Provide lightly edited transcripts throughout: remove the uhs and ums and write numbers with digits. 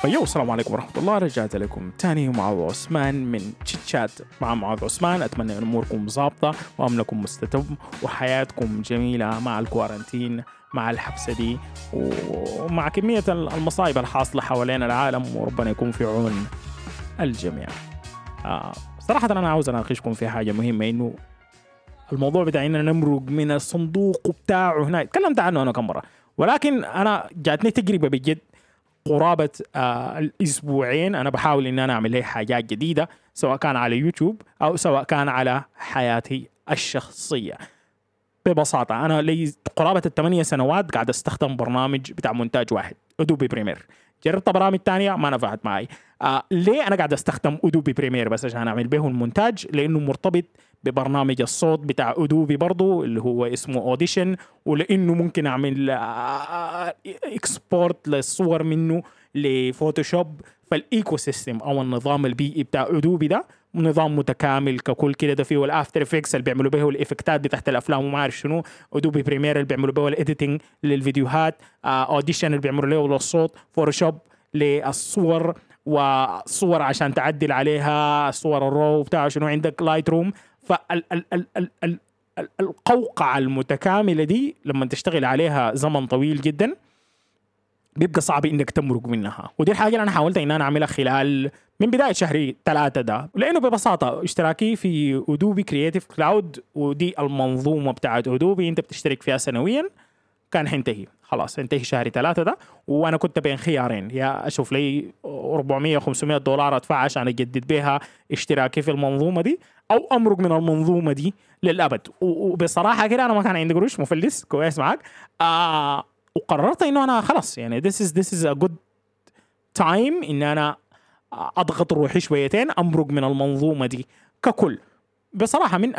السلام عليكم ورحمة الله. رجعت لكم تاني معاذ عثمان من تشات مع معاذ عثمان. أتمنى أن أموركم ظابطة وأمنكم مستتب وحياتكم جميلة مع الكوارنتين، مع الحبسة دي، ومع كمية المصايب الحاصلة حوالين العالم، وربنا يكون في عون الجميع. صراحة أنا عاوز أناقشكم في حاجة مهمة، إنه الموضوع بتاع إننا نمرق من الصندوق بتاعه هنا تكلمت عنه أنا كم مرة، ولكن أنا جاتني تجربة بجد قرابة الأسبوعين أنا بحاول إن أنا أعمل لي حاجات جديدة، سواء كان على يوتيوب أو سواء كان على حياتي الشخصية. ببساطة أنا لي قرابة 8 سنوات قاعد أستخدم برنامج بتاع مونتاج واحد، أدوبي بريمير. جربت برامج تانية ما نفعت معي. ليه أنا قاعد أستخدم أدوبي بريمير بس عشان أعمل به المونتاج؟ لأنه مرتبط ببرنامج الصوت بتاع أدوبي برضو اللي هو اسمه أوديشن، ولأنه ممكن أعمل إكسبورت للصور منه لفوتوشوب. فالإيكو سيستم أو النظام البيئي بتاع أدوبي ده نظام متكامل ككل كده. ده فيه الأفتر إفكتس اللي بيعملوا به الإفكتات بتاعت الأفلام وما أعرف شنو، أدوبي بريمير اللي بيعملوا به الإديتنج للفيديوهات، أوديشن اللي بيعملوا له للصوت، فوتوشوب للصور، وصور عشان تعدل عليها الصور الرو بتاع شنو، عندك لايت روم. فالقوقعة المتكاملة دي لما تشتغل عليها زمن طويل جدا بيبقى صعب انك تمرق منها، ودي الحاجة اللي انا حاولت ان انا اعملها خلال من بداية شهر 3 ده، لانه ببساطة اشتراكي في أدوبي كرياتيف كلاود، ودي المنظومة بتاعت أدوبي انت بتشترك فيها سنويا، كان حينتهي خلاص، انتهي شهر 3 ده. وانا كنت بين خيارين، يا اشوف لي 400 500 دولار ادفع عشان اجدد بها اشتراكي في المنظومة دي، او امرق من المنظومة دي للابد. وبصراحة كده انا ما كان عندي قروش، مفلس كويس معاك. وقررت انه انا خلاص يعني this is a good time ان انا اضغط روحي شويتين امرق من المنظومة دي ككل. بصراحة من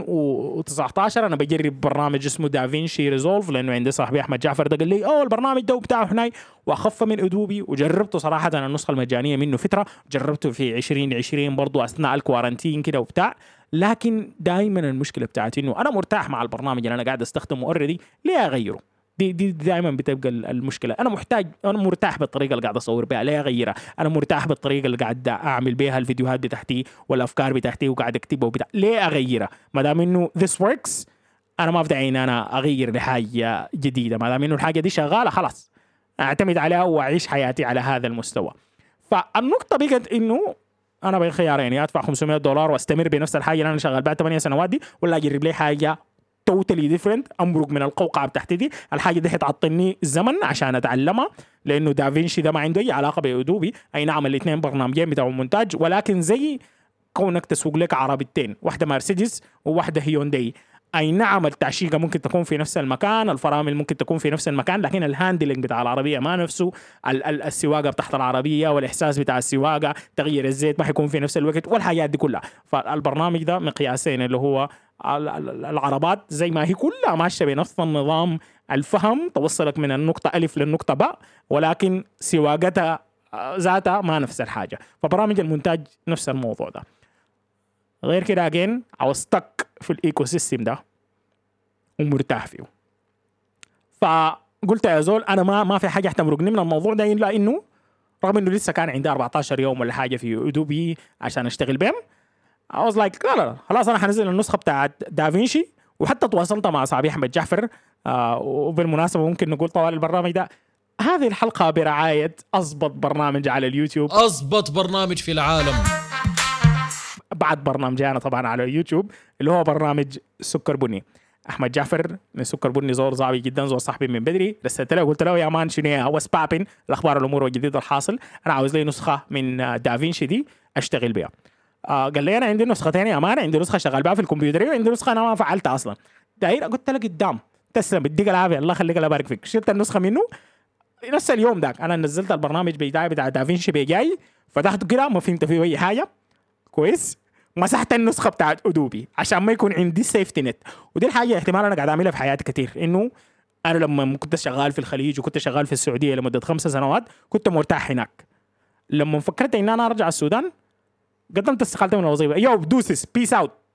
2019 أنا بجرب برنامج اسمه دافينشي ريزولف، لأنه عندي صاحبي أحمد جعفر ده قال لي البرنامج ده بتاعه هناي، وأخف من أدوبي. وجربته صراحة أنا النسخة المجانية منه فترة، جربته في 2020 برضو أثناء الكوارنتين كده وبتاع. لكن دائما المشكلة بتاعتي إنه أنا مرتاح مع البرنامج اللي أنا قاعد أستخدمه أوريدي، ليه أغيره؟ دي دائما بتبقى المشكله. انا مرتاح بالطريقه اللي قاعد اصور بها، لا اغيرها. انا مرتاح بالطريقه اللي قاعد اعمل بها الفيديوهات بتاعتي والافكار بتاعتي وقاعد اكتبها وبتاع، ليه اغيرها؟ ما دام انه this works انا ما بدعي ان انا اغير لحاجه جديده. ما دام انه الحاجه دي شغاله خلاص اعتمد عليها واعيش حياتي على هذا المستوى. فالنقطه بقت انه انا بين خيارين، يا ادفع 500 دولار واستمر بنفس الحاجه اللي انا شغال بعد 8 سنوات دي، ولا اجرب لي حاجه توتالي ديفرنت، امرق من القوقعه بتاعتي دي. الحاجه دي حتعطيني زمن عشان اتعلمها، لانه دافينشي ده ما عنده اي علاقه بأدوبي. اي نعم الاثنين برنامجين بتاعوا مونتاج، ولكن زي كونك تسوق لك عربيتين، واحده مرسيدس وواحده هيونداي. اي نعم التعشيقه ممكن تكون في نفس المكان، الفرامل ممكن تكون في نفس المكان، لكن الهاندلنج بتاع العربيه ما نفسه، السواقه بتاعت العربيه والإحساس بتاع السواقه، تغيير الزيت ما حيكون في نفس الوقت، والحاجات دي كلها. فالبرنامج ده مقياسين، اللي هو العربات زي ما هي كلها ماشيه بنفس النظام، الفهم توصلك من النقطه ألف للنقطه باء، ولكن سواقتها ذاتها ما نفس الحاجه. فبرامج المونتاج نفس الموضوع ده. غير كده اجين عوزتك في الايكو سيستم ده ومرتاح فيه. فقلت يا زول انا ما في حاجه تمرقني من الموضوع ده، الا انه رغم انه لسه كان عندي 14 يوم ولا حاجه في أدوبي عشان اشتغل بهم، I was like لا خلاص انا حنزل النسخه بتاعت دافينشي. وحتى تواصلت مع صاحبي احمد جعفر. وبالمناسبه ممكن نقول طوال البرنامج ده، هذه الحلقه برعايه اضبط برنامج على اليوتيوب، اضبط برنامج في العالم بعد برنامجي انا طبعا على اليوتيوب، اللي هو برنامج سكر بني. احمد جعفر من سكر بني زور صعب جدا، زور صاحبي من بدري. رسلت له قلت له يا مان شنو هو سبابين الاخبار الامور والجديد الحاصل، انا عاوز لي نسخه من دافينشي دي اشتغل بها. قال لي انا عندي نسختين يا مان، عندي نسخه شغال بها في الكمبيوتر وعندي نسخه انا ما فعلتها اصلا. داير قلت له قدام تسلم بديك العافيه الله يخليك الله يبارك فيك. شلت النسخه منه نفس اليوم داك، انا نزلت البرنامج بتاع دافينشي بجاي، فتحته كده ما فهمت فيه اي حاجه كويس، مسحت النسخه بتاعت أدوبي عشان ما يكون عندي سيفتي نت. ودي الحاجه احتمال انا قاعد اعملها في حياتي كتير، انه انا لما كنت شغال في الخليج وكنت شغال في السعوديه لمده 5 سنوات كنت مرتاح هناك. لما فكرت ان انا ارجع السودان قدمت استقالتي من الوظيفه، يو دوسس بيس اوت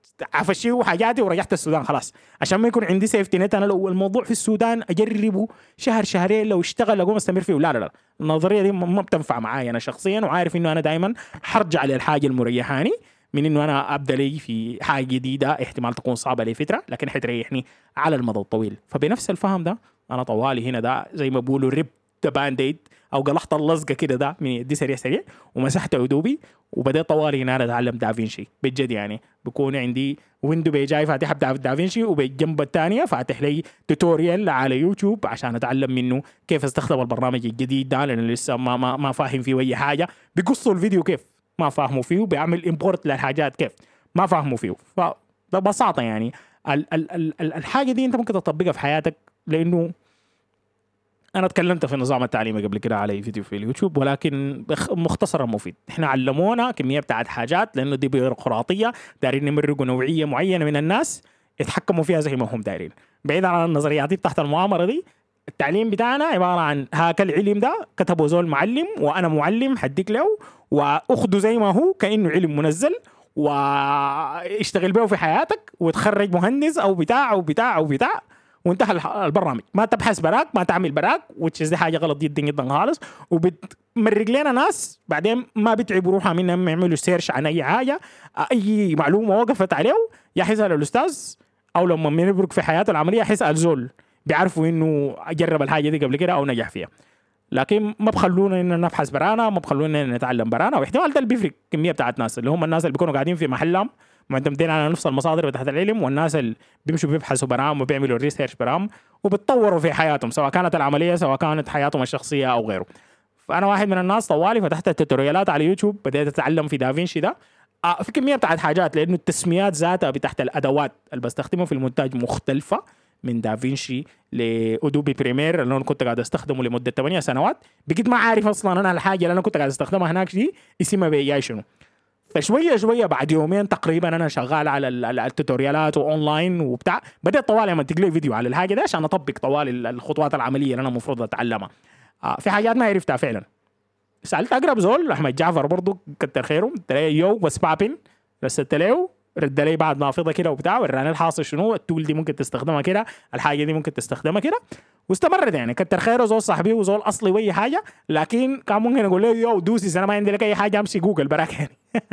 عفشي وحاجاتي ورجعت السودان خلاص عشان ما يكون عندي سيفتي نت. انا لو الموضوع في السودان اجربه شهر شهرين لو اشتغل اقوم استمر فيه. لا النظريه دي ما بتنفع معايا انا شخصيا، وعارف انه انا دائما حرجع للحاجه المريحاني من انه انا ابدا لي في حاجه جديده احتمال تكون صعبه لي فتره لكن حتريحني على المدى الطويل. فبنفس الفهم ده انا طوالي هنا ده زي ما بقولوا ريب ذا باند او قلحت اللزقه كده ده من يدي سريع ومسحت ادوبي وبدأت طوالي هنا اتعلم دافينشي بجد. يعني بكون عندي ويندو جاي فاتح دافينشي وبالجنب الثانيه فاتح لي توتوريال على يوتيوب عشان اتعلم منه كيف استخدم البرنامج الجديد ده، لان لسه ما فاهم فيه اي حاجه. بيقصوا الفيديو كيف ما فاهموا فيه، وبيعمل امبورت للحاجات كيف ما فاهموا فيه. فده ببساطه يعني الحاجه دي انت ممكن تطبقها في حياتك، لانه انا اتكلمت في النظام التعليمي قبل كده على فيديو في اليوتيوب، ولكن مختصرا مفيد. احنا علمونا كميه بتاعت حاجات لانه دي بيروقراطيه، دايرين يمرقوا نوعيه معينه من الناس يتحكموا فيها زي ما هم دايرين. بعيد عن النظريات دي تحت المؤامره دي، التعليم بتاعنا عباره عن هاك العلم ده كتبه زول معلم وانا معلم حديك له واخده زي ما هو كانه علم منزل واشتغل به في حياتك وتخرج مهندس او بتاع وانتهى البرنامج. ما تبحث براك، ما تعمل براك، وتشز دي حاجه غلط جدا جدا خالص. وبتمرق لنا ناس بعدين ما بيتعبوا روحها منهم يعملوا سيرش عن اي حاجه، اي معلومه وقفت عليه يا حيسال الاستاذ، او لما بيبرك في حياته العمليه حيسال زول بيعرفوا انه جرب الحاجه دي قبل كده او نجح فيها. لكن ما بخلونا ان نبحث برانا، ما بخلونا ان نتعلم برانا. واحتمال ده اللي بيفرق كميه بتاعت ناس اللي هم الناس اللي بيكونوا قاعدين في محلهم معتمدين على نفس المصادر بتاعت العلم، والناس اللي بيمشوا بيبحثوا برام وبيعملوا الريسيرش برام وبتطوروا في حياتهم سواء كانت العمليه سواء كانت حياتهم الشخصيه او غيره. فانا واحد من الناس طوالي فتحت التوتوريالات على يوتيوب، بديت اتعلم في دافينشي ده في كميه بتاعت حاجات، لانه التسميات ذاتها بتاعت الادوات اللي بستخدمها في المونتاج مختلفه من دافينشي لأدوبي بريمير اللي انا كنت قاعد استخدمه لمده 8 سنوات. بقيت ما عارف اصلا انا الحاجه اللي انا كنت قاعد استخدمها هناك دي اسمها بيجاي شنو. فشويه بعد يومين تقريبا انا شغال على التوتوريالات واونلاين وبتاع، بدأت طوالي لما تقلي فيديو على الحاجه ده عشان اطبق طوالي الخطوات العمليه اللي انا المفروض اتعلمها. في حاجات ما عرفتها فعلا. سالت اقرب زول احمد جعفر برضو كتر خيره، قلت له يو بس بابين، رسلت له رد لي بعد نافضه كده وبتاع، وراني الحاصل شنو، التول دي ممكن تستخدمها كده، الحاجه دي ممكن تستخدمها كده، واستمرت. يعني كتر خيره زول صاحبي وزول اصلي واي حاجه، لكن كان ممكن اقول له يو دوسي انا ما عندي لك اي حاجه امشي جوجل براك يعني.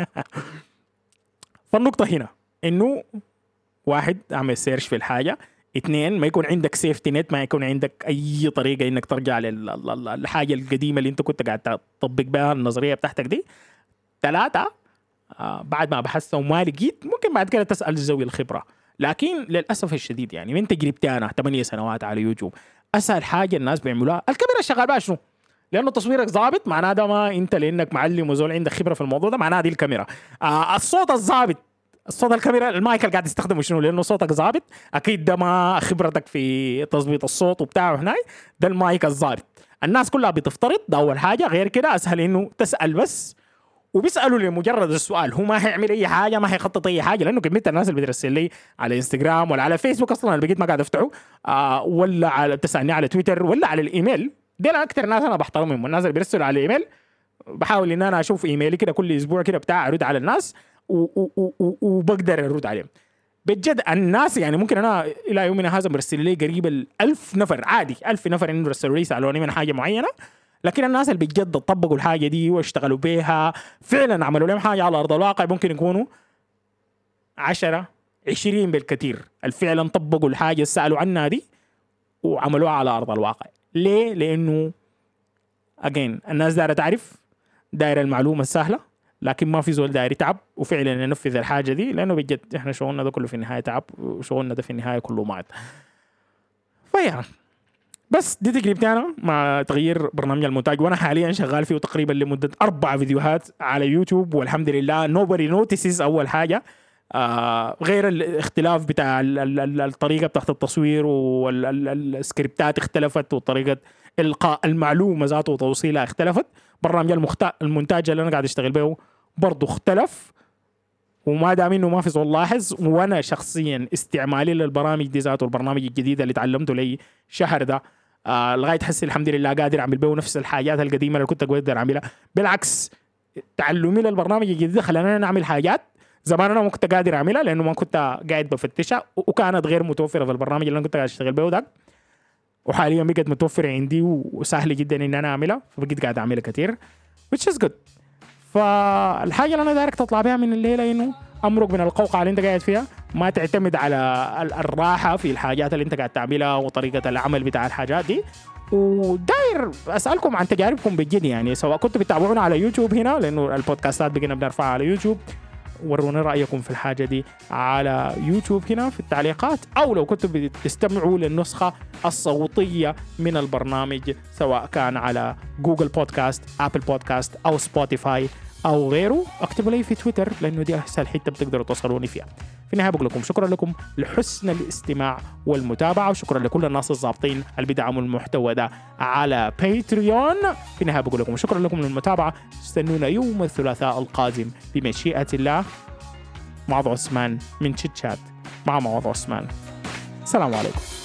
فالنقطه هنا انه واحد اعمل سيرش في الحاجه، اثنين ما يكون عندك سيفتي نت، ما يكون عندك اي طريقه انك ترجع للحاجه القديمه اللي انت كنت قاعد تطبق بها النظريه بتاعتك دي. ثلاثه بعد ما بحثت وما لقيت ممكن بعد كده تسال ذوي الخبره. لكن للاسف الشديد يعني من تجربتي انا 8 سنوات على يوتيوب، اسهل حاجه الناس بيعملوها الكاميرا شغال بها شنو، لانه تصويرك ظابط معناه ده ما انت لانك معلم وزول عندك خبره في الموضوع ده، معناه دي الكاميرا. الصوت الظابط، الصوت الكاميرا المايك اللي قاعد تستخدمه شنو، لانه صوتك ظابط اكيد ده ما خبرتك في تظبيط الصوت وبتاعه هناي، ده المايك الظابط. الناس كلها بتفترض ده اول حاجه. غير كده اسهل انه تسال بس، وبيسالوا لمجرد السؤال، هو ما هيعمل اي حاجه، ما هيخطط اي حاجه. لانه كميه الناس اللي بترسل لي على انستغرام ولا على فيسبوك اصلا انا بقيت ما قاعد افتحه، ولا على بتسالني على تويتر ولا على الايميل، دي اكثر ناس انا بحترمهم. الناس اللي بيرسلوا على الايميل بحاول ان انا اشوف ايميلي كده كل اسبوع كده بتاع ارد على الناس وبقدر ارد عليهم بجد. الناس يعني ممكن انا الى يومنا هذا مرسل لي قريب 1000 نفر عادي، 1000 نفر انه رسلوا لي سالوني من حاجه معينه. لكن الناس اللي بجد طبقوا الحاجه دي واشتغلوا بيها فعلا عملوا لهم حاجه على ارض الواقع ممكن يكونوا 10 20 بالكثير الفعلا طبقوا الحاجه اللي سالوا عنها دي وعملوها على ارض الواقع. ليه؟ لانه اجين الناس دايره تعرف، دايره المعلومه السهله، لكن ما في زول داير يتعب وفعلا ينفذ الحاجه دي، لانه بجد احنا شغلنا ده كله في النهايه تعب، وشغلنا ده في النهايه كله مات. فيا بس دي تجربتي انا مع تغيير برنامج المونتاج، وانا حاليا شغال فيه تقريبا لمده 4 فيديوهات على يوتيوب، والحمد لله nobody notices. اول حاجه غير الاختلاف بتاع الطريقه بتاعت التصوير والسكريبتات اختلفت، وطريقه القاء المعلومه ذاته وتوصيلها اختلفت. برنامج المونتاج اللي انا قاعد اشتغل به برضه اختلف، وما دام انه ما في زول لاحظ. وانا شخصيا استعمالي للبرامج دي ذاته البرنامج الجديد اللي تعلمته لي شهر ده لغايه حسي الحمد لله قادر اعمل به نفس الحاجات القديمه اللي كنت اقدر اعملها. بالعكس تعلمي للبرنامج الجديد خلاني نعمل حاجات زمان انا ما كنت قادر اعملها لانه ما كنت قاعد بفتشها وكانت غير متوفره في البرنامج اللي انا كنت قاعد اشتغل به ده. وحاليا بقت متوفره عندي وسهل جدا ان انا اعملها، فبقيت قاعد اعملها كتير which is good. فالحاجه اللي انا دايرك تطلع بها من الليله انه امرق من القوقعه اللي انت قاعد فيها، ما تعتمد على الراحه في الحاجات اللي انت قاعد تعملها وطريقه العمل بتاع الحاجات دي. وداير اسالكم عن تجاربكم بجد، يعني سواء كنتوا بتتابعونا على يوتيوب هنا لانه البودكاستات بقينا بنرفعها على يوتيوب، ورونا رايكم في الحاجه دي على يوتيوب هنا في التعليقات، او لو كنتوا بتستمعوا للنسخه الصوتيه من البرنامج سواء كان على جوجل بودكاست، ابل بودكاست او سبوتيفاي او غيره، اكتبوا لي في تويتر لانه دي اسهل حته بتقدروا توصلوني فيها. في النهايه بقول لكم شكرا لكم لحسن الاستماع والمتابعه، وشكرا لكل الناس الضابطين اللي بيدعموا المحتوى ده على باتريون. في النهايه بقول لكم شكرا لكم للمتابعه، استنونا يوم الثلاثاء القادم بمشيئه الله. معاذ عثمان من شيت شات مع معاذ عثمان. السلام عليكم.